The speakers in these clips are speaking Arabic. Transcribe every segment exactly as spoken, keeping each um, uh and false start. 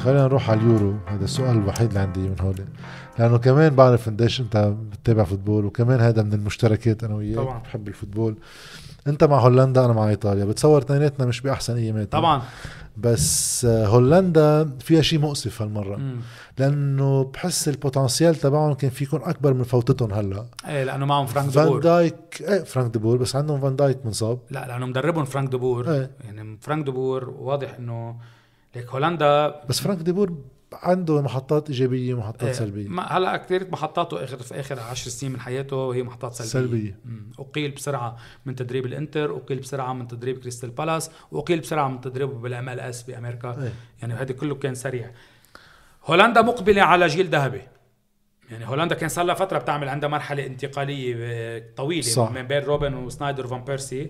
خلينا نروح على اليورو. هذا السؤال الوحيد اللي عندي من هون، لانه كمان بعرف قديش انت بتتابع فوتبول، وكمان هذا من المشتركات انا وياك طبعا بحب الفوتبول. انت مع هولندا انا مع ايطاليا، بتصور اثنيناتنا مش باحسن ايامات طبعا، بس هولندا فيها شيء مؤسف هالمره، مم. لانه بحس البوتنسيال تبعهم كان في يكون اكبر من فوتتهم هلا. ايه لانه معهم فرانك فان دبور. دايك ايه فرانك دبور، بس عندهم فان دايك منصاب. لا لانه مدربهم فرانك دبور. ايه. يعني فرانك دبور واضح انه ليك هولندا، بس فرانك دبور عنده محطات ايجابيه ومحطات ايه سلبيه. هلا كثير محطاته اخر في اخر عشر سنين من حياته وهي محطات سلبيه, سلبية. مم. اقيل بسرعه من تدريب الانتر، اقيل بسرعه من تدريب كريستال بالاس، واقيل بسرعه من تدريبه بالام ال اس بامريكا. ايه. يعني هذا كله كان سريع. هولندا مقبله على جيل ذهبي. يعني هولندا كان صار لها فتره بتعمل عندها مرحله انتقاليه طويله صح. من بين روبن وسنايدر وفان بيرسي،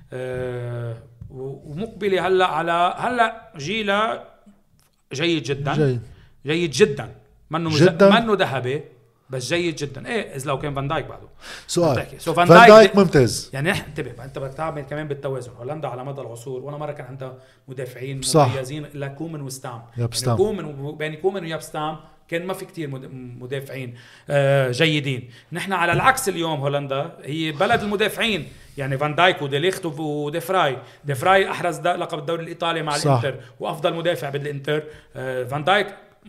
أه ومقبله هلا على هلا جيلها جيد جدا. جيد جيد جدا، منه مز... منه ذهبي بس جيد جدا. ايه اذا لو كان فان دايك بعده. سؤال سو فان, فان دايك, دايك دايك ممتاز. يعني انتبه انت بدك تعمل كمان بالتوازن. هولندا على مدى العصور ولا مره كان عندها مدافعين صح. مميزين الا كومن وستام. يعني كومن بين كومن ويابستام كان ما في كتير مدافعين آه جيدين. نحن على العكس اليوم هولندا هي بلد المدافعين. يعني فان دايك وديليخت وديفراي. ديفراي احرز لقب الدوري الايطالي مع صح. الانتر وافضل مدافع بالانتر. آه فان دايك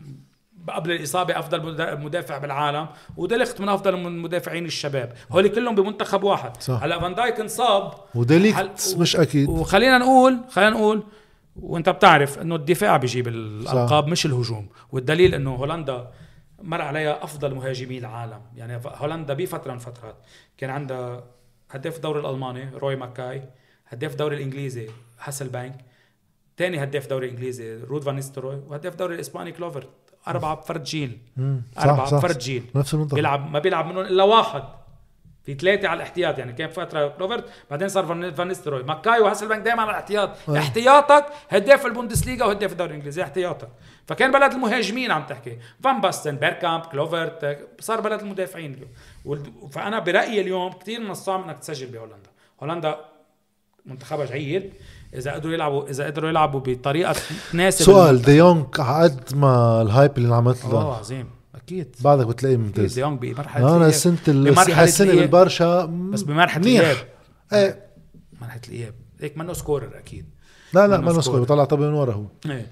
قبل الإصابة أفضل مدافع بالعالم، وديليخت من أفضل المدافعين الشباب. هولي كلهم بمنتخب واحد. هلا فان دايك انصاب وديليخت و... مش أكيد. وخلينا نقول خلينا نقول وانت بتعرف انه الدفاع بيجيب الألقاب مش الهجوم. والدليل انه هولندا مر عليها أفضل مهاجمي العالم. يعني هولندا بفترة من فترات كان عندها هداف الدوري الألماني روي ماكاي، هداف الدوري الإنجليزي هاسلبانك، تاني هداف دوري الإنجليزي رود فان نيستلروي، وهداف الدوري الإسباني كلوفرت. أربعة بفرد جيل. أربعة بفرد جيل. بيلعب ما بيلعب منهم إلا واحد، في ثلاثة على الاحتياط. يعني كان فترة كلوفرت بعدين صار فان نيستلروي. ماكاي وهاسلبانك دائما على الاحتياط. أه. احتياطك هداف البوندسليغا وهداف الدوري الإنجليزي احتياطك. فكان بلد المهاجمين عم تحكي فان باستن بيركامب كلوفرت، صار بلد المدافعين اليوم. فأنا برأيي اليوم كتير من الصعب إنك تسجل بهولندا. هولندا منتخبها جيد إذا قدروا يلعبوا إذا قدروا يلعبوا بطريقة تناسب. سؤال دي يونغ قد ما الهايب اللي عملت له اه عظيم أكيد بعدك بتلاقيه ممتاز. دي يونغ بمرحلة أنا السنة السنة بالبرشا بس بمرحلة الإياب. ايه مرحلة الإياب هيك منه سكورر أكيد. لا لا منه سكورر طلع طبعا من ورا هو. ايه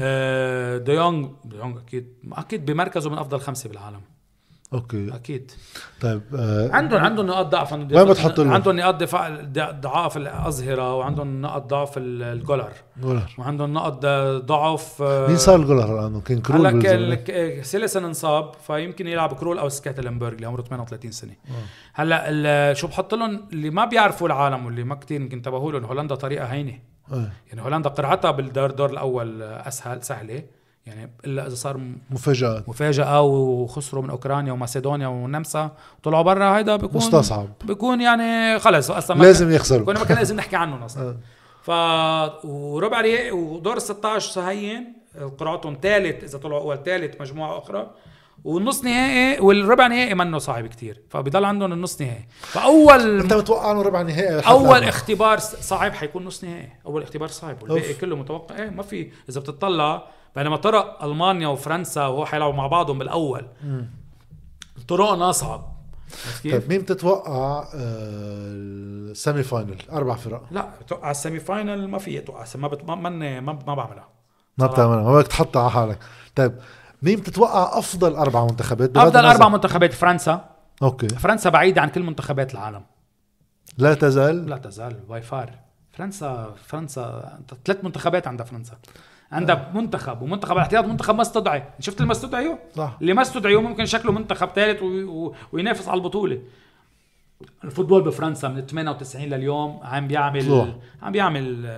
آه دي يونغ دي يونغ أكيد أكيد بمركزه من أفضل خمسة بالعالم. اوكي اكيد. طيب آه عندهم عندهم نقاط ضعف. وين بتحط له؟ عندهم نقاط ضعف الأظهرة، وعندهم نقاط ضعف الجولر، وعندهم نقاط ضعف. مين صار الجولر الان؟ كان كرول. هلا سيلسن انصاب فيمكن يلعب كرول او سكاتلنبرغ اللي عمره ثمانية وثلاثين سنة. أوه. هلا شو بحط لهم اللي ما بيعرفوا العالم واللي ما كتير يمكن انتبهوا لهم، هولندا طريقة هينة. أوه. يعني هولندا قرعتها بالدور دور الاول اسهل سهله، يعني الا اذا صار مفاجاه مفاجاه وخسروا من اوكرانيا وماسيدونيا والنمسا وطلعوا برا، هيدا بيكون مستصعب، بيكون يعني خلص اصلا لازم يخسروا، كنا ما كان لازم نحكي عنهم اصلا. ف وربع نهائي ودور ستة عشر سهين قرعتهم ثالث اذا طلعوا اول، ثالث مجموعه اخرى، والنص نهائي والربع نهائي منه صعب كتير، فبضل عندهم النص نهائي. فاول انت متوقع انه ربع نهائي؟ اول اختبار صعب حيكون نص نهائي، اول اختبار صعب والباقي كله متوقع. ايه ما في، اذا بتطلع بينما طرق المانيا وفرنسا وهو حيلعبوا مع بعضهم بالاول طرقنا اصعب. طيب مين بتتوقع السيمي فاينل؟ اربع فرق؟ لا بتوقع السيمي فاينل ما في اتوقع، ما بت... ما ما, ما بعملها، ما بتعملها، ما بدك تحطها على حالك. طيب مين بتتوقع افضل اربع منتخبات؟ افضل اربع منتخبات فرنسا. اوكي، فرنسا بعيده عن كل منتخبات العالم، لا تزال لا تزال باي فار. فرنسا فرنسا ثلاث منتخبات عندها فرنسا، عندها آه. منتخب ومنتخب الاحتياط، منتخب ما استدعي. شفت اللي ما استدعيوا؟ صح. اللي ما استدعيوا ممكن شكله منتخب ثالث و... و... وينافس على البطوله. الفوتبول بفرنسا من ثمانية وتسعين لليوم عم بيعمل صح. عم بيعمل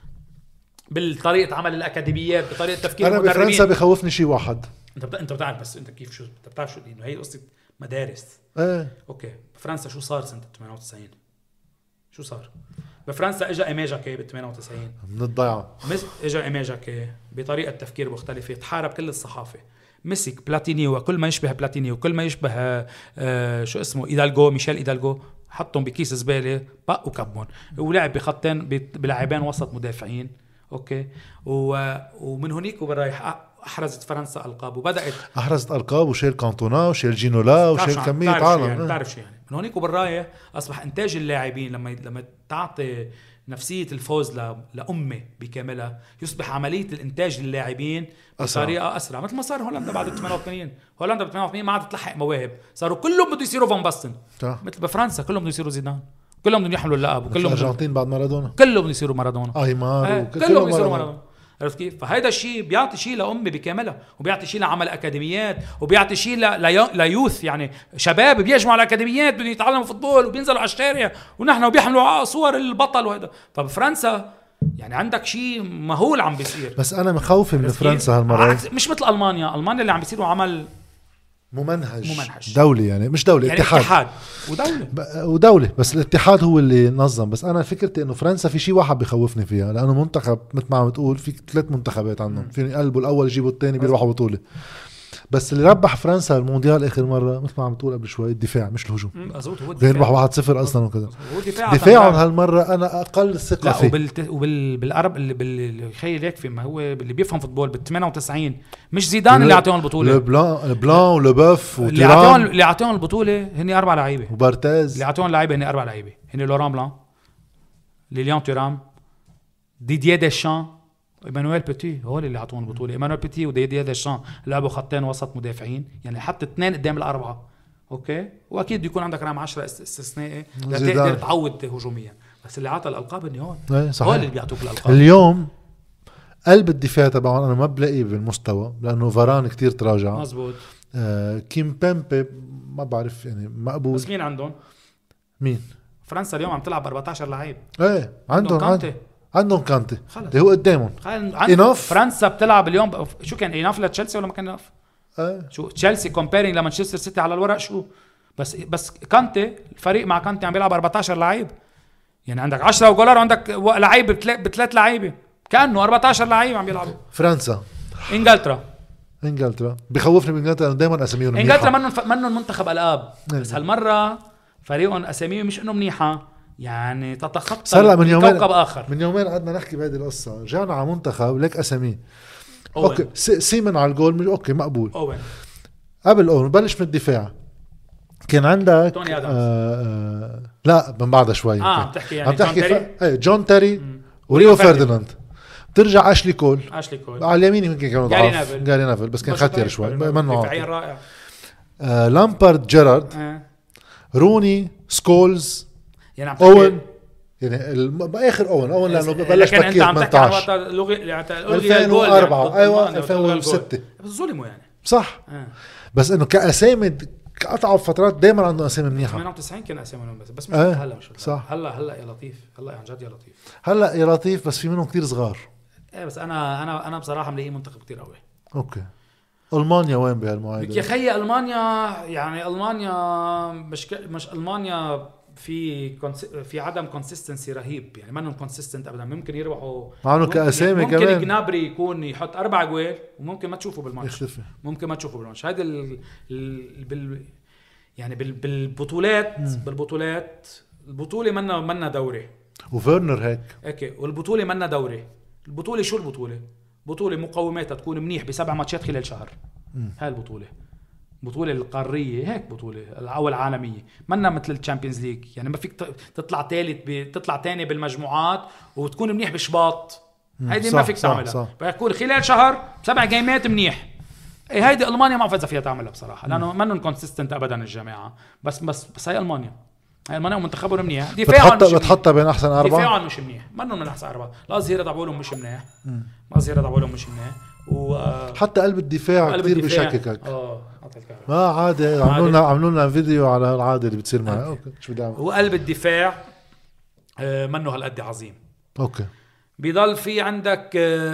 بالطريقه عمل الاكاديميات، بطريقه تفكير انا المدربين. بفرنسا بخوفني شيء واحد، انت بت... انت بتعرف، بس انت كيف شو انت بتعرف شو انه هي قصه مدارس. ايه اوكي بفرنسا شو صار سنه ثمانية وتسعين؟ شو صار بفرنسا؟ اجا ايماجاكي ب ثمانية وتسعين من الضيعه، مس... اجا ايماجاكي بطريقه تفكير مختلفه، تحارب كل الصحافه، مسك بلاتيني وكل ما يشبه بلاتيني وكل ما يشبه آه شو اسمه إيدالغو، ميشيل إيدالغو، حطهم بكيس زباله بق وكبهم، ولعب بخطين بلاعبين وسط مدافعين. اوكي و... ومن هنيك وبرايح احرزت فرنسا القاب وبدات احرزت القاب وشيل كانتونا وشيل جينولا وشيل كميه عالم. يعني بتعرف شو يعني من هونيك وبالرايه اصبح انتاج اللاعبين لما لما تعطي نفسيه الفوز ل... لامه بكاملها يصبح عمليه الانتاج للاعبين بطريقه اسرع مثل ما صار هولندا بعد ثمانية وثمانين. هولندا ب ثمانية وثمانين ما عاد تلحق مواهب، صاروا كلهم بده يصيروا فان باستن مثل بفرنسا كلهم بده يصيروا زيدان، كلهم بدهم يحملوا اللقب، وكلهم الارجنتين بعد مارادونا كلهم بدهم يصيروا مارادونا ايمار آه. كلهم يصيروا مارادونا. عرفت كيف؟ فهيدا الشيء بيعطي شيء لأمي بكاملها، وبيعطي شيء لعمل أكاديميات، وبيعطي شيء ليوث يعني شباب بيجمعوا على الأكاديميات بدهم يتعلموا فوتبول وبينزلوا على الشارع ونحن وبيحملوا صور البطل وهذا. فبفرنسا يعني عندك شيء مهول عم بيصير. بس أنا مخوف من فرنسا هالمرة، مش مثل ألمانيا. ألمانيا اللي عم بيصيروا عمل ممنهج. ممنهج دولي يعني مش دولي يعني اتحاد. اتحاد ودولة ب... ودولة بس الاتحاد هو اللي نظم. بس أنا فكرتي إنه فرنسا في شيء واحد بخوفني فيها، لأنه منتخب مثل ما عم تقول في ثلاث منتخبات عندهم فيني قلبوا الأول يجيبوا الثاني بيروحوا بطولة. بس اللي ربح فرنسا المونديال آخر مرة مثل ما عم تقول قبل شوي الدفاع مش الهجوم. بيربح واحد صفر أصلا وكذا. دفاعهم هالمرة أنا أقل ثقة فيه. وبال وبال بالعرب اللي بالخيل يكفي ما هو اللي بيفهم فوتبول بال ثمانية وتسعين مش زيدان اللي عطيهم البطولة. لبلان لبلان ولبوف اللي عطيهم اللي عطيهم البطولة هني أربع لعيبة. وبارتاز اللي عطيهم اللعيبة هني أربع لعيبة هني لوران بلان، ليليان تورام، ديدييه ديشان، إيمانويل بيتي. هو اللي عطوهم البطولة. إيمانويل بيتي وديدييه ديشان لعبوا خطين وسط مدافعين، يعني حتى اثنين قدام الأربعة. أوكي. وأكيد يكون عندك رقم عشرة استثنائي لتقدر تعود هجوميا. بس اللي عطى الألقاب إني هون هو اللي بيعطوك الألقاب. اليوم قلب الدفاع طبعا أنا ما بلاقيه بالمستوى لأنه فاران كتير تراجع. مزبوط. آه كيم بيمبي ما بعرف يعني مقبول. بس مين عندهم؟ مين؟ فرنسا اليوم عم تلعب أربعتاشر لعيب. ايه عندهم كانتي. عندهم كانتي اللي هو قدامهم. إناف. فرنسا بتلعب اليوم ب... شو كان إناف لتشيلسي ولا ما كان إناف؟ ايه. شو تشيلسي كومبيرينج لمانشستر سيتي على الورق شو؟ بس بس كانتي الفريق مع كانتي عم بيلعب أربعتاشر لعيب، يعني عندك عشرة وجولار وعندك لعيب بثلاث لعيبه كأنه أربعتاشر لعيب عم بيلعبوا. فرنسا انجلترا انجلترا بخوفني بانجلترا دائما اساميهم منيحه. انجلترا منهم ف... منهم منتخب القاب بس هالمره فريقهم اساميهم مش انه منيحه يعني تتخطى من يومين كوكب اخر. من يومين قعدنا نحكي بهذه القصه، رجعنا على منتخب لك اسامي اوكي سيمن على الجول مش اوكي مقبول. أوين. قبل اون بلش من الدفاع كان عندك توني آدمز. آه آه لا من بعدها شوي اه بتحكي يعني عم تحكي جون تيري, ف... ايه جون تيري وريو فرديناند. بترجع اشلي كول اشلي كول على اليمين يمكن كانوا جاري ضعاف نافل. جاري نافل بس كان خطير شوي منه دفاعيا رائع. آه لامبارد جيرارد آه. روني سكولز يعني عم اوين يعني الم... اخر اوين اوين لانه بلش تفكير ثمانية عشر ألفين وأربعة ايوه ألفين وستة بس ظلموا يعني صح. آه. بس انه كاسامي قطعوا فترات دائما عنده اسامي منيحه. ثمانية وتسعين كان اسامي بس بس مش آه. هلا مش صح. هلا هلا يا لطيف هلا عن جد يا لطيف هلا يا لطيف بس في منهم كتير صغار. ايه بس انا انا انا بصراحه ملاقيه منتخب كتير قوي. اوكي. المانيا وين بهالمواعيد؟ يا خيي المانيا يعني المانيا مش ك... مش المانيا في كونس... في عدم كونسيستنسي رهيب يعني ما انهم كونسيستنت ابدا. ممكن يربحوا معهم كاسامي ممكن كمان. ممكن جنابري يكون يحط اربع جوال وممكن ما تشوفه بالماتش يختفي. ممكن ما تشوفه بالماتش. هذا ال... ال... بال... يعني بال... بالبطولات مم. بالبطولات البطوله منا منا دوري وفيرنر هيك اوكي والبطوله منا دوري. البطوله شو البطوله؟ بطوله مقوماتها تكون منيح بسبع ماتشات خلال شهر. هاي البطوله بطوله القاريه هيك بطوله الاول عالميه منا مثل الشامبيونز ليج يعني ما فيك تطلع ثالث ب... تطلع ثاني بالمجموعات وتكون منيح بشباط. هيدي ما فيك تعملها. بيكون خلال شهر سبع جيمات منيح. ايه هيدي المانيا ما فاز فيها تعملها بصراحه لانه ما انهم كونسيستنت ابدا الجماعه. بس بس بس هي المانيا هي المانيا ومنتخبهم منيح. دفاعهم بتحطها بتحطها بين احسن اربعه. دفاعهم مش منيح ما انهم من احسن اربعه. لا ظهيره تبعولهم مش منيح ما ظهيره تبعولهم مش منيح و حتى قلب الدفاع كثير بشككك. اه ما عادي عملوا لنا عملوا لنا فيديو على العاده اللي بتصير معي. اوكي شو بدي اعمل. وقلب الدفاع آه منه هالقد عظيم. اوكي بيضل في عندك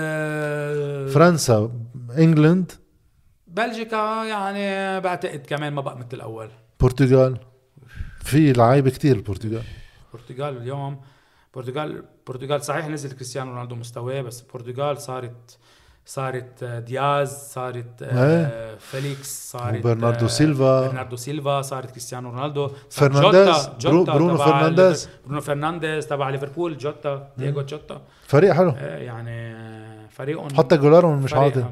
آه فرنسا انجلند بلجيكا يعني بعتقد كمان ما بقى مثل الاول. برتغال في لعيبه كتير. البرتغال البرتغال اليوم برتغال برتغال صحيح نزل كريستيانو رونالدو مستواه بس البرتغال صارت صارت دياز صارت آه فيليكس صارت برناردو سيلفا برناردو سيلفا صارت كريستيانو رونالدو فرنانديز برونو فرنانديز برونو فرنانديز تبع ليفربول جوتا دييغو جوتا. فريق حلو يعني فريقهم حتى جولارهم مش عاطل.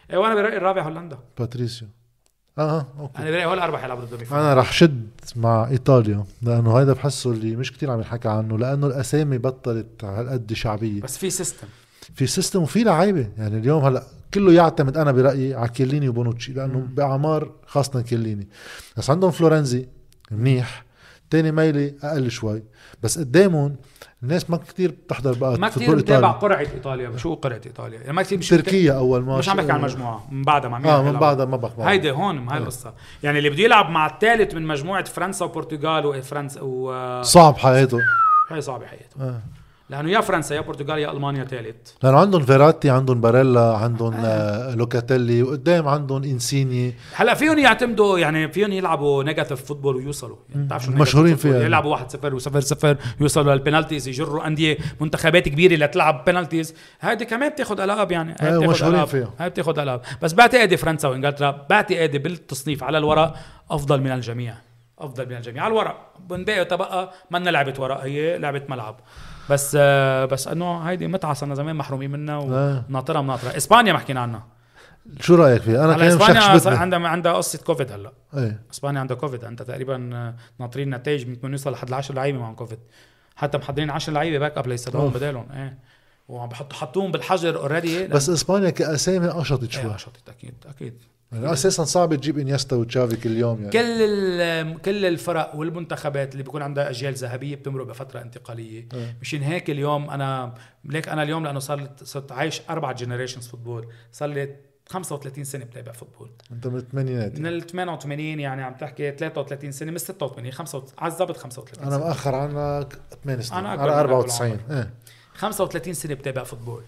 ايه وانا برايي الرابع هولندا. باتريسيو اه اوكي. انا برايي هو الاربعه يلعبوا ضد بفرنسا. انا رح شد مع ايطاليا لانه هيدا بحسه اللي مش كتير عم ينحكى عنه، لانه الاسامي بطلت هالقد شعبيه، بس في سيستم في سيستم وفي لعيبه. يعني اليوم هلا كله يعتمد انا برايي على كيليني وبونوتشي، لانه مم. باعمار خاصه كيليني، بس عندهم فلورنزي منيح، تاني ميلي اقل شوي، بس قدامهم الناس ما كتير بتحضر بقى ما كتير بتابع قرعه ايطاليا. شو قرعه ايطاليا يعني؟ ما كتير مش تركيا اول ما مش عم بحكي عن المجموعه، من بعدها مع مين اه من بعدها ما بقى هيدي هون هاي القصه. يعني اللي بده يلعب مع الثالث من مجموعه فرنسا وبرتغال وفرنسا و صعب حياته، هي صعبه حياته آه. لانه يا فرنسا يا برتغال يا المانيا ثالث، لانه عندهم فيراتي، عندهم باريلا، عندهم آه. لوكاتيلي، وقدام عندهم انسيني. هلا فيهم يعتمدوا يعني فيهم يلعبوا نيجاتيف فوتبول ويوصلوا، يعني بتعرف شو مشهورين فيها، يلعبوا واحد صفر وصفر صفر يوصلوا للبنالتيز، يجروا انديه منتخبات كبيره لتلعب بنالتيز. هيدي كمان بتاخذ العاب، يعني هاي مشهورين فيها، هاي بتاخذ العاب. بس بعتقد فرنسا وانجلترا بعتقد بالتصنيف على الورق افضل من الجميع، افضل من الجميع على الورق. بنبقى تبقى ما لعبه ورق، هي لعبه ملعب. بس بس انه هيدي متعه صرنا زمان محرومين منها وناطرها مناطره. اسبانيا ما حكينا عنها، شو رايك فيها؟ انا كمان اسبانيا عندها عندها قصه كوفيد. هلا ايه اسبانيا عندها كوفيد، انت تقريبا ناطرين نتائج ممكن يوصل لحد عشرة لعيبه معهم كوفيد، حتى محضرين عشرة لعيبه باك اب ليستدعوهم بدالهم. ايه وعم بحطوا حطوهم بالحجر اوريدي. بس اسبانيا كاسامي قشطت شوي. ايه قشطت اكيد اكيد. يعني اساسا صعب تجيب انيستا وتشافي كل يوم. يعني كل كل الفرق والمنتخبات اللي بيكون عندها اجيال ذهبيه بتمرق بفتره انتقاليه. أه. مشان هيك اليوم انا ليك انا اليوم لانه صار صرت عايش اربع جنريشنز فوتبول، صار لي خمسة وثلاثين سنه بتابع فوتبول. انت من الثمانينات؟ من ال ثمانية وثمانين، يعني عم تحكي ثلاثة وثلاثين سنه، من ستة وثمانين خمسة على الضبط خمسة وثلاثين انا سنة. مأخر عنك ثمانية سنين، انا على أربعة وتسعين. ايه خمسة وثلاثين سنه بتابع فوتبول.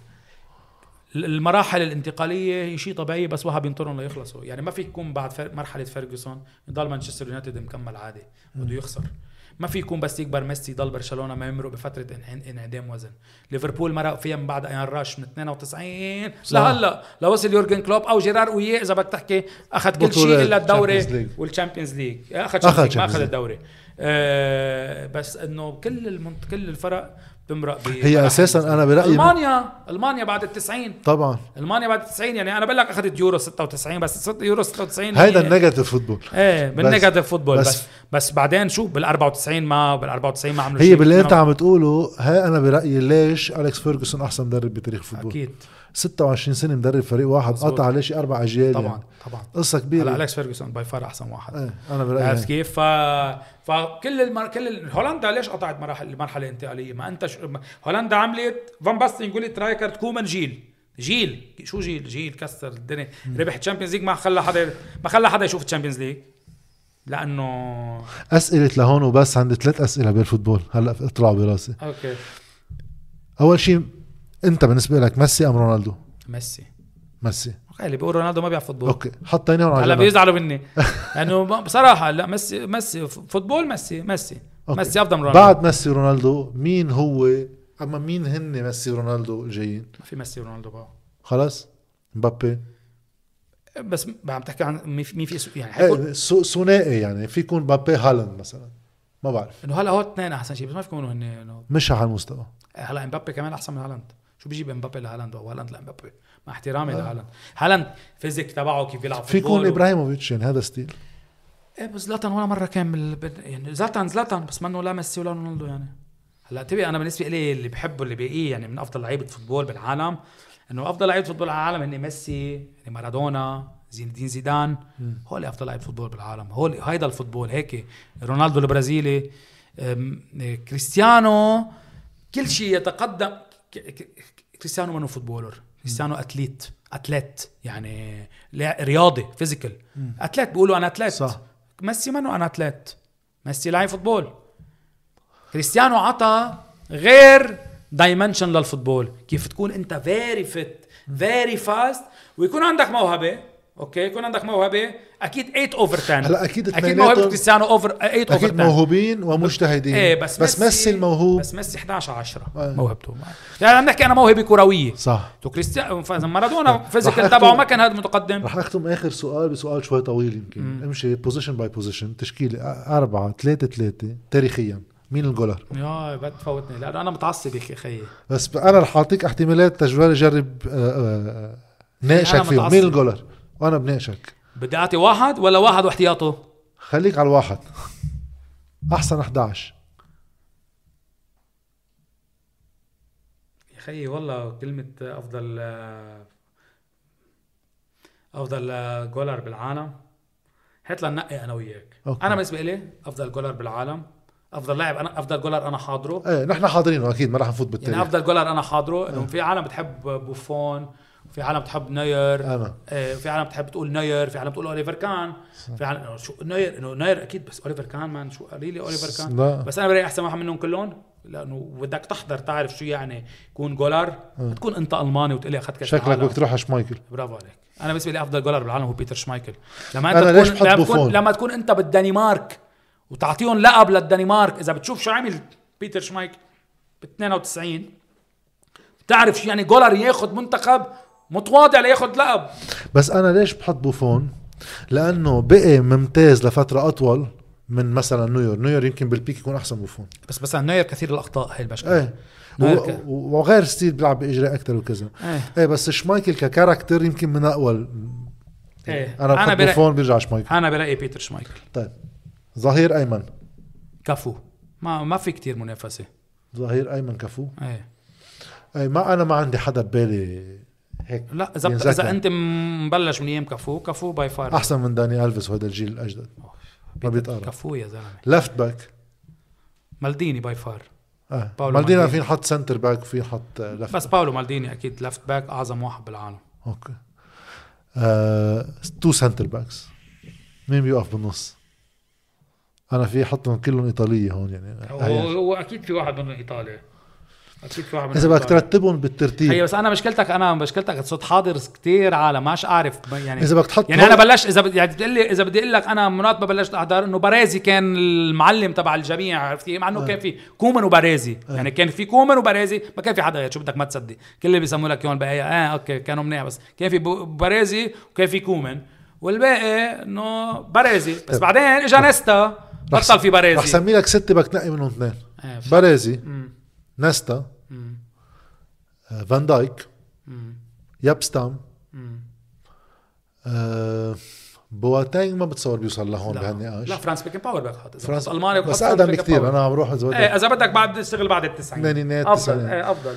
المراحل الانتقاليه هي شيء طبيعي، بس وها بينطرون ليخلصوا. يعني ما في يكون بعد فر... مرحله فيرجسون يضل مانشستر يونايتد مكمل عادي بده يخسر. ما في يكون بس يكبر ميسي يضل برشلونه ما يمرق بفتره انعدام وزن. ليفربول مرق فيها من بعد ايان راش من اثنين وتسعين لهلا لوصل يورجن كلوب او جيرار وياه اذا بدك تحكي اخذ كل شيء الا الدوري والتشامبيونز ليج. اخذ أخذ ما اخذ الدوري. آه بس انه كل المنت... كل الفرق بمرق هي اساسا انا برايي المانيا المانيا بعد التسعين طبعا. المانيا بعد التسعين، يعني انا بقول لك اخذت يورو ستة وتسعين، بس يورو ستة وتسعين هيدا النيجاتيف فوتبول. ايه بالنيجاتيف فوتبول. بس بس, بس بعدين شو بال أربعة وتسعين ما بال أربعة وتسعين ما عملوا شيء. هي باللي انت عم تقوله هاي انا برايي ليش أليكس فيرغسون احسن مدرب بتاريخ الفوتبول. اكيد ستة وعشرين سنه مدرب فريق واحد، قطع عليه شيء اربع اجيال. طبعا يعني. طبعا قصه كبيره. هلا أليكس فيرغسون باي فار احسن واحد. ايه انا برايي عرفت كيف؟ ف فكل المر... كل ال... هولندا ليش قطعت مراحل المرحله الانتقاليه؟ ما انت ش... هولندا عملت فان باستن قلت رايكارد كومان جيل جيل شو جيل جيل كسر الدنيا. ربح تشامبيونز ليج، ما خلى حدا ما خلى حدا يشوف تشامبيونز ليج لانه اسئله لهون وبس. عندي ثلاث اسئله بالفوتبول هلا اطلعوا براسي. اوكي اول شيء انت بالنسبه لك ميسي ام رونالدو؟ ميسي. ميسي. اوكي اللي بيقول رونالدو ما بيعرف فوتبول اوكي حطيناهم على هلا بيزعلوا مني لانه بصراحه لا ميسي ميسي فوتبول ميسي ميسي أوكي. ميسي افضل من رونالدو. بعد ميسي ورونالدو مين هو؟ اما مين هن ميسي ورونالدو الجايين؟ ما في ميسي ورونالدو بقى خلاص. مبابي بس عم تحكي عن مين في يعني حيكون ثنائي، يعني في يكون مبابي هالاند مثلا، ما بعرف انه هلا هو اثنين احسن شيء، بس ما في يكونوا هن انه مش على المستوى. هلا مبابي كمان احسن من هالاند. شو بيجيب مبابي لهالاند وهالاند لمبابي؟ مع احترامي آه. لهالاند هالاند فيزيك تبعه كيف بيلعب في يكون ابراهيموفيتش، يعني هذا ستيل. ايه بس زلاتان ولا مره كان بال... يعني زلاتان زلاتان بس منه لا ميسي ولا رونالدو. يعني هلا تبي انا بالنسبه لي اللي بحبه اللي بيقيه يعني من افضل لعيبه فوتبول بالعالم، انه افضل لعيبه فوتبول بالعالم هن ميسي، يعني مارادونا، زين الدين زيدان، هو اللي افضل لعيبه فوتبول بالعالم. هو هيدا الفوتبول هيك. رونالدو البرازيلي، كريستيانو كل شيء يتقدم. كريستيانو منه فوتبولر، كريستيانو اتليت اتليت يعني رياضي فيزيكال. اتليت بيقولوا انا اتليت صح. ميسي منه انا اتليت، ميسي لاعب فوتبول. كريستيانو عطى غير دايمنشن للفوتبول، كيف تكون انت فيري فيت فيري فاست ويكون عندك موهبه. اوكي يكون عندك موهبه اكيد ثمانية اوفر عشرة. هلا اكيد اكيد موهبه كريستيانو اوفر ثمانية اوفر عشرة. اكيد موهوبين ومجتهدين. ايه بس, بس ميسي الموهوب، بس ميسي احد عشر عشرة آه. موهبته يعني عم نحكي انا موهبه كرويه صح. تو كريستيانو مارادونا فيزيكال تبعه ما كان هذا متقدم. رح اختم اخر سؤال بسؤال شوي طويل يمكن. مم. امشي بوزيشن باي بوزيشن. تشكيله أربعة ثلاثة ثلاثة تاريخيا مين الجولر؟ يا بتفوتني لانه انا متعصب يا اخي. بس انا رح اعطيك احتمالات تجربه جرب ناقشك فيه مين الجولر وانا بناقشك. بدي اعطي واحد ولا واحد واحتياطه؟ خليك على الواحد. احسن احد عشر يا خيي والله. كلمة افضل افضل جولر بالعالم هات لنقي انا وياك. أوكي. انا بالنسبه لي افضل جولر بالعالم، افضل لاعب انا، افضل جولر انا حاضره. ايه نحن حاضرينه اكيد ما راح نفوت بالتاريخ. يعني افضل جولر انا حاضره انه في عالم بتحب بوفون، في عالم بتحب نوير، انا آه في عالم بتحب تقول نوير، في عالم بتقول اوليفر كان، في عالم شو نوير انه نوير اكيد، بس اوليفر كان مان شو قليل اوليفر كان. لا. بس انا برايي احسن واحد منهم كلهم، لانه بدك تحضر تعرف شو يعني يكون جولر، تكون انت الماني وتقول لي اخذت كاس شكلك بدك تروح على شمايكل. برافو عليك. انا بالنسبه لي افضل جولر بالعالم هو بيتر شمايكل. لما انت انت تكون لما تكون لما تكون انت بالدنمارك وتعطيهم لقب للدنمارك، اذا بتشوف شو عمل بيتر شمايكل ب اثنين وتسعين بتعرف شو يعني جولر ياخذ منتخب متواضع لياخذ لقب. بس انا ليش بحط بوفون؟ لانه بقي ممتاز لفتره اطول من مثلا نوير. نوير يمكن بالبيك يكون احسن بوفون، بس مثلا نوير كثير الاخطاء هي المشكله. ايه و... ك... وغير ستيل بيلعب باجراء اكثر وكذا. ايه. ايه بس شمايكل ككاركتر يمكن من اقوى. ايه. انا بحط برأي... بوفون بيرجع شمايكل. انا برايي بيتر شمايكل. طيب ظهير ايمن كفو. ما ما في كتير منافسه. ظهير ايمن كفو. ايه. اي ما انا ما عندي حدا ببالي هيك. لا اذا اذا انت مبلش من ايام كفو، كفو باي فار احسن من داني الفيس وهذا الجيل الاجدد. ما بيتقارن. كفو يا زلمه. ليفت باك مالديني باي فار. اه مالديني فين حط سنتر باك وفين حط ليفت. بس باولو مالديني اكيد ليفت باك اعظم واحد بالعالم. اوكي. آه... تو سنتر باكس مين بيوقف بالنص؟ انا في حطهم كلهم ايطاليه هون يعني. هو, هو اكيد في واحد منهم ايطالي. اكيد في واحد منهم اذا بدك ترتبهم بالترتيب. هي بس انا مشكلتك انا مشكلتك صرت حاضر كتير عالم ماش اعرف يعني. اذا بدك تحط يعني انا بلشت اذا بدي يعني بتقول لي اذا بدي اقول لك انا مرات ما بلشت احضر انه باريزي كان المعلم تبع الجميع، عرفتي؟ مع انه آه. كان في كومان وباريزي. آه. يعني كان في كومان وباريزي، ما كان في حدا غير. شو بدك ما تصدق كل اللي بيسموا لك يوم بقى اه اوكي كانوا منيح، بس كان في باريزي وكان في كومان والباقي انه باريزي بس. طيب. بعدين اجى نيستا بطل في باريزي. رح سمي لك ستة بدك تنقي منهم اثنين. آه باريزي مم. نيستا مم. آه فان دايك مم. يابستام آه بواتينغ ما بتصور بيوصل لهون بهالنقاش. لا فرانس بيكن باور باك فرانس المانيا بس اقدم بكثير. انا عم بروح اذا ايه بدك بعد تشتغل بعد التسعين ثمانينات افضل. ايه افضل.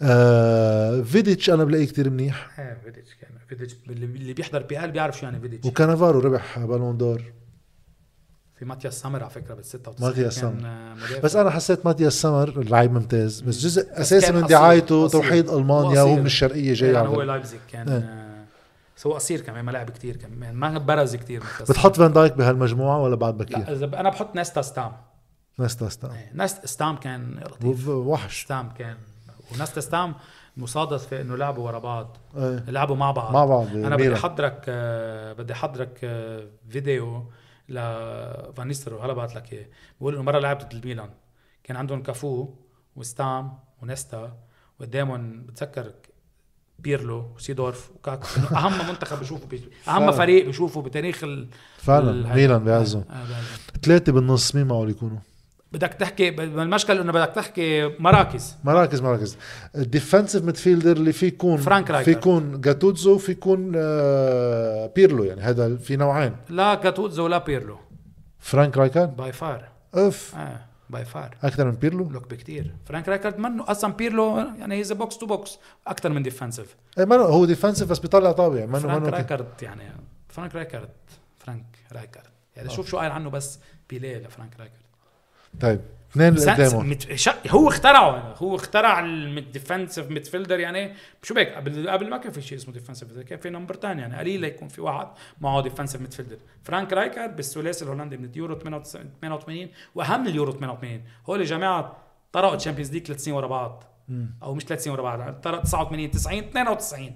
آه فيديتش انا بلاقيه كتير منيح. ايه فيديتش كان فيديتش اللي بيحضر بي ال بيعرف شو يعني فيديتش. وكانافارو ربح بالون دور. في ماتياس سامر على فكره بال ستة وتسعين ماتياس سامر. بس انا حسيت ماتياس سامر لعيب ممتاز، بس جزء اساسي من دعايته توحيد المانيا وهو من الشرقيه جاي يعني هو لايبزيج كان اه. هو قصير كمان ما لعب كتير كمان ما برز كتير. بتحط فان دايك بهالمجموعه ولا بعد بكير؟ لا اذا انا بحط نيستا ستام. نيستا ستام ايه. نيستا ستام كان لطيف وحش. ستام كان ونيستا ستام مصادف في انه لعبوا ورا بعض. ايه. لعبوا مع بعض مع بعض. انا بدي احضرك آه بدي احضرك آه فيديو لفانيسترو هلا بعت لك اياه. بقول انه مره لعبت ضد الميلان كان عندهم كافو وستام ونيستا وقدامهم بتذكر بيرلو وسيدورف وكاكا. اهم منتخب بشوفه بي... اهم فريق بشوفه بتاريخ ال... فعلا ميلان بيعزوا ثلاثه بالنص. مين معقول يكونوا؟ بدك تحكي المشكله انه بدك تحكي مراكز مراكز مراكز الديفنسيف ميدفيلدر اللي في يكون فرانك رايكر، في يكون جاتوزو، في يكون آه بيرلو. يعني هذا في نوعين. لا جاتوزو ولا بيرلو. فرانك رايكر باي فار اف اه باي فار اكثر من بيرلو. لوك بكتير. فرانك رايكر منه اصلا بيرلو يعني هيز بوكس تو بوكس اكثر من ديفنسيف. اي ما هو ديفنسيف بس بيطلع طابع. منه فرانك رايكر يعني فرانك رايكر فرانك رايكر يعني آه. شوف شو قال عنه بس بيليه لفرانك رايكر. طيب اثنين اللي قدامه مت... هو اخترعه. هو اخترع الديفنسيف ميدفيلدر. يعني شو بك قبل قبل ما كان في شيء اسمه ديفنسيف، كان في نمبر ثاني يعني قليل يكون في واحد معه ديفنسيف ميدفيلدر. فرانك رايكر بالثلاثي الهولندي من اليورو ثمانية وثمانين واهم اليورو ثمانية وثمانين. هو اللي جماعه طرقوا الشامبيونز ليج ثلاث سنين ورا بعض مم. او مش ثلاث سنين ورا بعض. طرق تسعة وثمانين تسعين اثنين وتسعين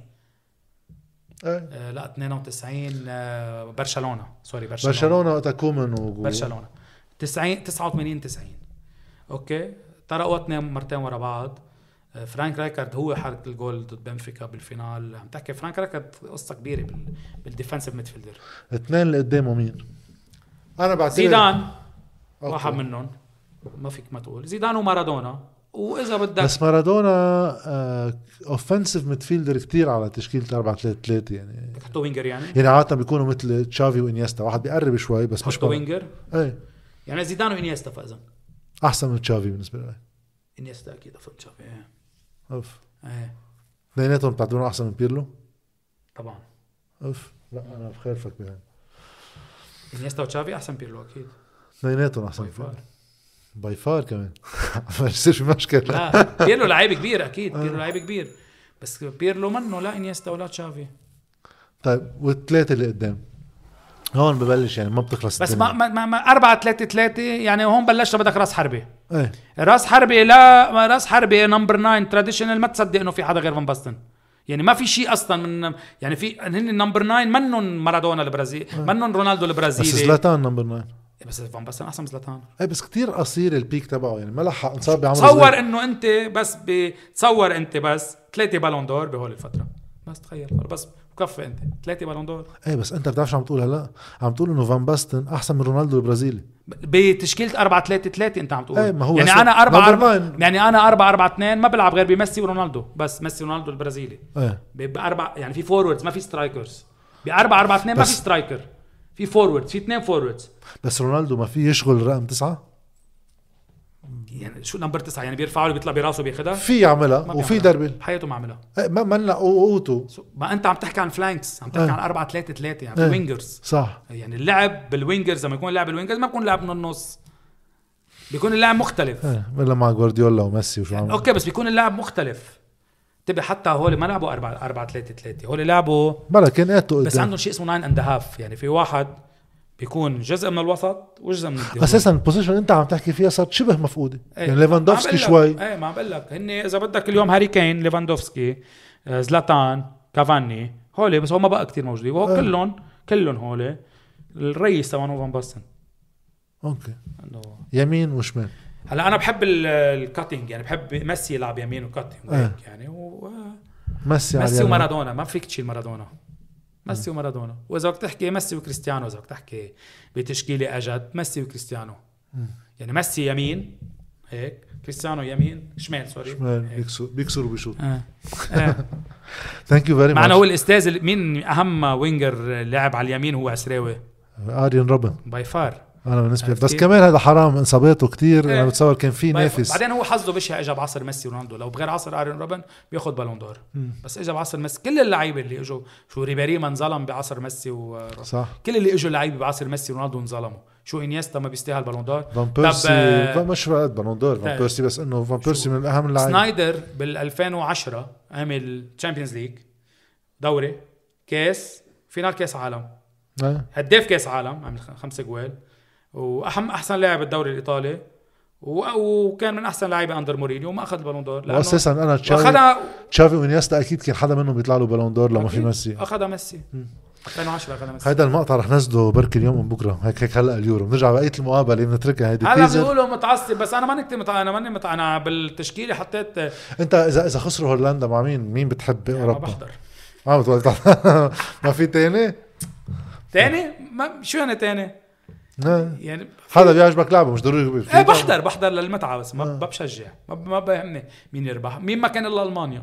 أه. آه لا اثنين وتسعين آه برشلونه سوري برشلونه برشلونه وقتها كومان و برشلونه تسعين تسعة وثمانين تسعين اوكي. طرقوا اثنين مرتين ورا بعض. فرانك رايكارد هو حرك الجول ضد بنفيكا بالفينال. عم تحكي فرانك رايكارد قصه كبيره بال... بالديفنسيف ميدفيلدر. اثنين اللي قدامه مين؟ انا بعتبر زيدان واحد منهم ما فيك ما تقول. زيدان ومارادونا واذا بدك بس مارادونا اوفنسيف ميدفيلدر كتير على تشكيله أربعة ثلاثة ثلاثة يعني بحطوا وينجر يعني يعني عاده بيكونوا مثل تشافي وانيستا واحد بيقرب شوي بس مش بحطوا وينجر ايه يعني زيدان وانيستا فاذا احسن من تشافي بالنسبه لي. انيستا اكيد افضل تشافي ايه اوف ايه اثنيناتهم بتعتبرون احسن من بيرلو طبعا. اوف لا انا بخالفك بهذا. انيستا وتشافي احسن بيرلو اكيد اثنيناتهم احسن باي فار باي فار كمان ما يصير في مشكله. لا بيرلو لعيب كبير اكيد بيرلو لعيب كبير بس بيرلو منه لا انيستا ولا تشافي. طيب والثلاثه اللي قدام هون ببلش يعني ما بتخلص بس ما, ما, ما أربعة ثلاثة ثلاثة يعني هون بلشت بدك راس حربي. ايه راس حربي لا راس حربي نمبر تسعة تراديشنال ما تصدق انه في حدا غير فان باستن يعني ما في شيء اصلا من يعني في هن النمبر تسعة منن مارادونا البرازيلي اه. منن رونالدو البرازيلي بس زلاتان نمبر تسعة. بس فان باستن احسن من زلاتان. ايه بس كتير قصير البيك تبعه يعني ما لحق انصاب بعمره. تصور انه انت بس بتصور انت بس ثلاثة بالون دور بهول الفتره بس تخيل بس مكفي انت ثلاثة بالون دور. ايه بس انت بتعرف شو عم تقول هلا عم تقول انه فان باستن احسن من رونالدو البرازيلي بتشكيله أربعة ثلاثة ثلاثة انت عم تقول. ايه ما هو يعني انا أربعة أربعة يعني انا أربعة أربعة اثنين ما بلعب غير بميسي ورونالدو بس ميسي ورونالدو البرازيلي. ايه بأربع يعني في فوروردز ما في سترايكرز بأربعة أربعة اثنين ما في سترايكر في فوروردز في اثنين فوروردز. بس رونالدو ما في يشغل رقم تسعة يعني شو نمبر تسعة يعني بيرفعه اللي بيطلع براسه بياخدها في يعملها وفي دربل حياته ما عملها. ايه ما منا اوتو ما انت عم تحكي عن فلانكس عم تحكي ايه. عن أربعة ثلاثة ثلاثة يعني ايه. في وينجرز صح يعني اللعب بالوينجرز لما يكون لعب بالوينجرز ما بيكون لعب من النص بيكون اللاعب مختلف. ايه ولا مع جوارديولا وميسي وشو عمل. اوكي بس بيكون اللاعب مختلف تبي حتى هول ما لعبوا أربعة أربعة ثلاثة ثلاثة هول لعبوا بلا كان قاتوا بس عندهم شيء اسمه ناين اند هاف يعني في واحد بيكون جزء من الوسط وجزء من الدفاع. اساسا البوزيشن انت عم تحكي فيها صارت شبه مفقوده. ايه. يعني ليفاندوفسكي شوي ايه ما بقول لك هن اذا بدك اليوم هاري كين ليفاندوفسكي زلاتان كافاني هول بس هو ما بقى كتير موجودين وهو ايه. كلهم كلهم هول الرئيس تبعهم فان باستن. اوكي انه يمين وشمال. هلا انا بحب الكاتينج يعني بحب ميسي يلعب يمين وكاتينج اه. يعني و... ميسي ميسي ومارادونا ما فيك تشيل مارادونا ميسي ومارادونا واذا بدك تحكي ميسي وكريستيانو اذا بدك تحكي بتشكيله اجد ميسي وكريستيانو مم. يعني ميسي يمين هيك كريستيانو يمين شمال سوري شمال بيكسر بيكسر وبيشوط. اه اه ثانك يو فيري ماتش. معنا هو الاستاذ مين اهم وينجر لعب على اليمين هو عسراوي ارين روبن باي فار انا بالنسبه بس كمان هذا حرام اصاباته كتير. ايه. انا بتصور كان في نافس بعدين هو حظه بشع اجى بعصر ميسي ورونالدو لو بغير عصر ارين روبن بياخذ بالون دور مم. بس اجى بعصر ميسي كل اللعيبه اللي اجوا شو ريبيري ما انظلم بعصر ميسي و صح كل اللي اجوا لعيبه بعصر ميسي ورونالدو انظلموا شو انيستا ما بيستاهل بالون دور فان بيرسي آه مش رائد بالون دور فان بيرسي بس انه فان بيرسي من اهم اللاعبين. سنايدر بال ألفين وعشرة عمل تشامبيونز ليج دوري كاس فينال كاس عالم اه. هداف كاس عالم عمل خمسة جوال واهم احسن لاعب بالدوري الايطالي وكان من احسن لاعبي اندر مورينيو وما اخذ البالون دور واساسا انا تشافي تشافي وانيستا اكيد كان حدا منهم بيطلع له بالون دور لما في ميسي اخذها ميسي ألفين وعشرة اخذها ميسي. هيدا المقطع رح نزله بركي اليوم من بكره هيك هيك هلا اليورو بنرجع بقيه المقابله بنتركها هيدي هلا تيزر. بيقولوا متعصب بس انا ما نكتب متع... انا ماني متع... انا بالتشكيله حطيت انت اذا اذا خسروا هولندا مع مين مين بتحب يعني اوروبا؟ ما بحضر ما بتقول ما في تاني تاني ما شو يعني تاني يعني حدا بيعجبك لعبه مش ضروري ايه بحضر بحضر للمتعه بس ما آه. بشجع ما ما بيهمني مين يربح مين ما كان الا المانيا.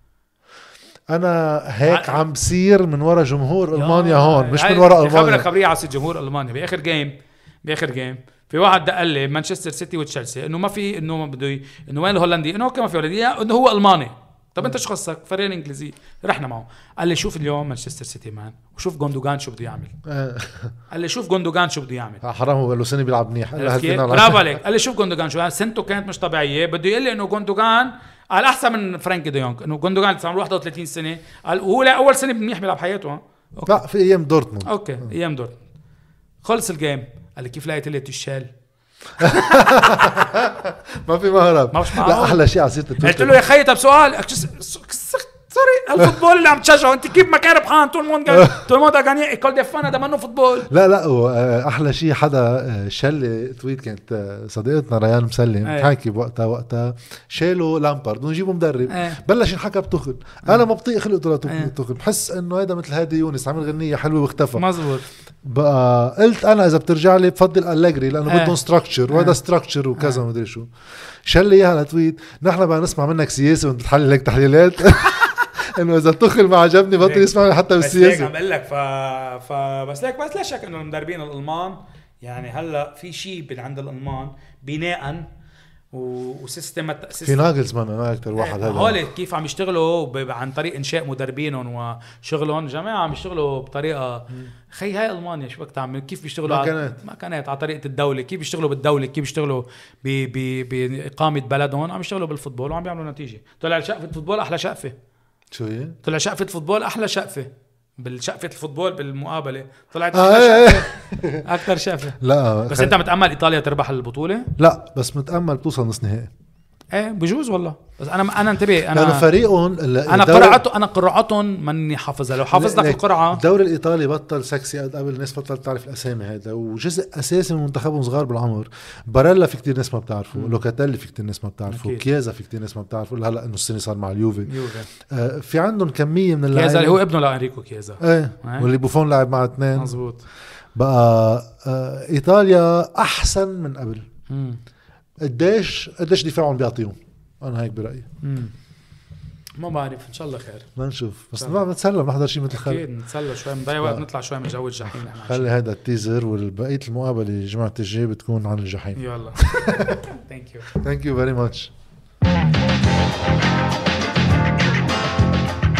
انا هيك ع... عم بصير من ورا جمهور المانيا هون مش من ورا المانيا. خبرك خبريه على جمهور المانيا باخر جيم باخر جيم في واحد قال لي مانشستر سيتي وتشيلسي انه ما في انه بده ي... انه وين الهولندي انه كما في هولنديه انه هو الماني. طب انت شو خصك فريق انجليزي رحنا معه قال لي شوف اليوم مانشستر سيتي مان وشوف جوندوغان شو بده يعمل. قال لي شوف جوندوغان شو بده يعمل حرام هو له سنه بيلعب منيح برافو عليك. قال لي شوف جوندوغان شو سنته كانت مش طبيعيه بده يقول لي انه جوندوغان قال احسن من فرانكي ديونغ انه جوندوغان صار له واحد وثلاثين سنه قال وهو لا اول سنه منيح بيلعب حياته. لا في ايام دورتموند اوكي م. ايام دورتموند خلص الجيم قال لي كيف لقيت لي تشال ما في مهرب. ما مش لا احلى شيء على سيره قلت له يا خيي طب سؤال صح سوري الفوتبول اللي عم تشجعه انت كيف ما كان ربحان طول الموند طول الموند غاني ايكول دي فانا ده منه فوتبول. لا لا احلى شيء حدا شل تويت كانت صديقتنا ريان مسلم ايه. حاكي وقتها وقتها شالوا لامبارد بدهم يجيبوا مدرب ايه. بلش ينحكى بتخل انا ما بطيق خلقته ايه. لتخل بحس انه هذا مثل هادي يونس عمل غنية حلوة واختفى مزبوط. بقى قلت انا اذا بترجع لي بفضل أليجري لانه ايه. بدهم ستراكشر وهذا ايه. ستراكشر وكذا مدري شو شل لي اياها لتويت. نحن بقى نسمع منك سياسة وانت بتحلل لك تحليلات انه اذا تخل ما عجبني بطل يسمعني حتى بالسياسه. عم بقول لك ف... ف بس ليك بس لا شك انه المدربين الالمان يعني هلا في شيء من عند الالمان بناء وسيستم في ناجلزمان انا اكثر واحد هذا هول كيف عم يشتغلوا ب... عن طريق انشاء مدربينهم وشغلهم جماعه عم يشتغلوا بطريقه خي هاي المانيا شو بدك تعمل كيف بيشتغلوا ما كانت ما كانت على طريقه الدوله كيف بيشتغلوا بالدوله كيف بيشتغلوا ب... ب... باقامه بلدهم عم يشتغلوا بالفوتبول وعم بيعملوا نتيجه. طلع شقفه الفوتبول احلى شقفه. شو هي؟ طلع شقفة فوتبول أحلى شقفة بالشقفة الفوتبول بالمقابلة طلعت آه أحلى ايه شقفة أكتر شقفة. لا بس خل... أنت متأمل إيطاليا تربح البطولة؟ لا بس متأمل توصل نص نهائي. ايه بجوز والله بس انا انا انتبه انا لانه فريقهم انا قرعته انا قرعتهم ماني حافظها لو حافظ لك القرعه. الدوري الايطالي بطل سكسي قد قبل الناس بطلت تعرف الاسامي هذا وجزء اساسي من منتخبهم صغار بالعمر. باريلا في كتير ناس ما بتعرفه لوكاتيلي في كتير ناس ما بتعرفه كيازا في كتير ناس ما بتعرفه هلا انه السنه صار مع اليوفي آه في عندهم كميه من اللاعبين كيازا اللي هو ابنه لانريكو كيازا ايه, ايه؟ واللي بوفون لعب مع اثنين مزبوط. بقى آه ايطاليا احسن من قبل. قديش قديش دفاعهم بيعطيهم انا هيك برايي. امم ما بعرف ان شاء الله خير ما نشوف بس ما بنتسلى بنحضر شيء مثل خلق اكيد نتسلى شوي نضيع وقت نطلع شوي من جو الجحيم. خلي هذا التيزر والبقيه المقابله الجمعه الجايه بتكون عن الجحيم. يلا ثانك يو ثانك يو فيري ماتش.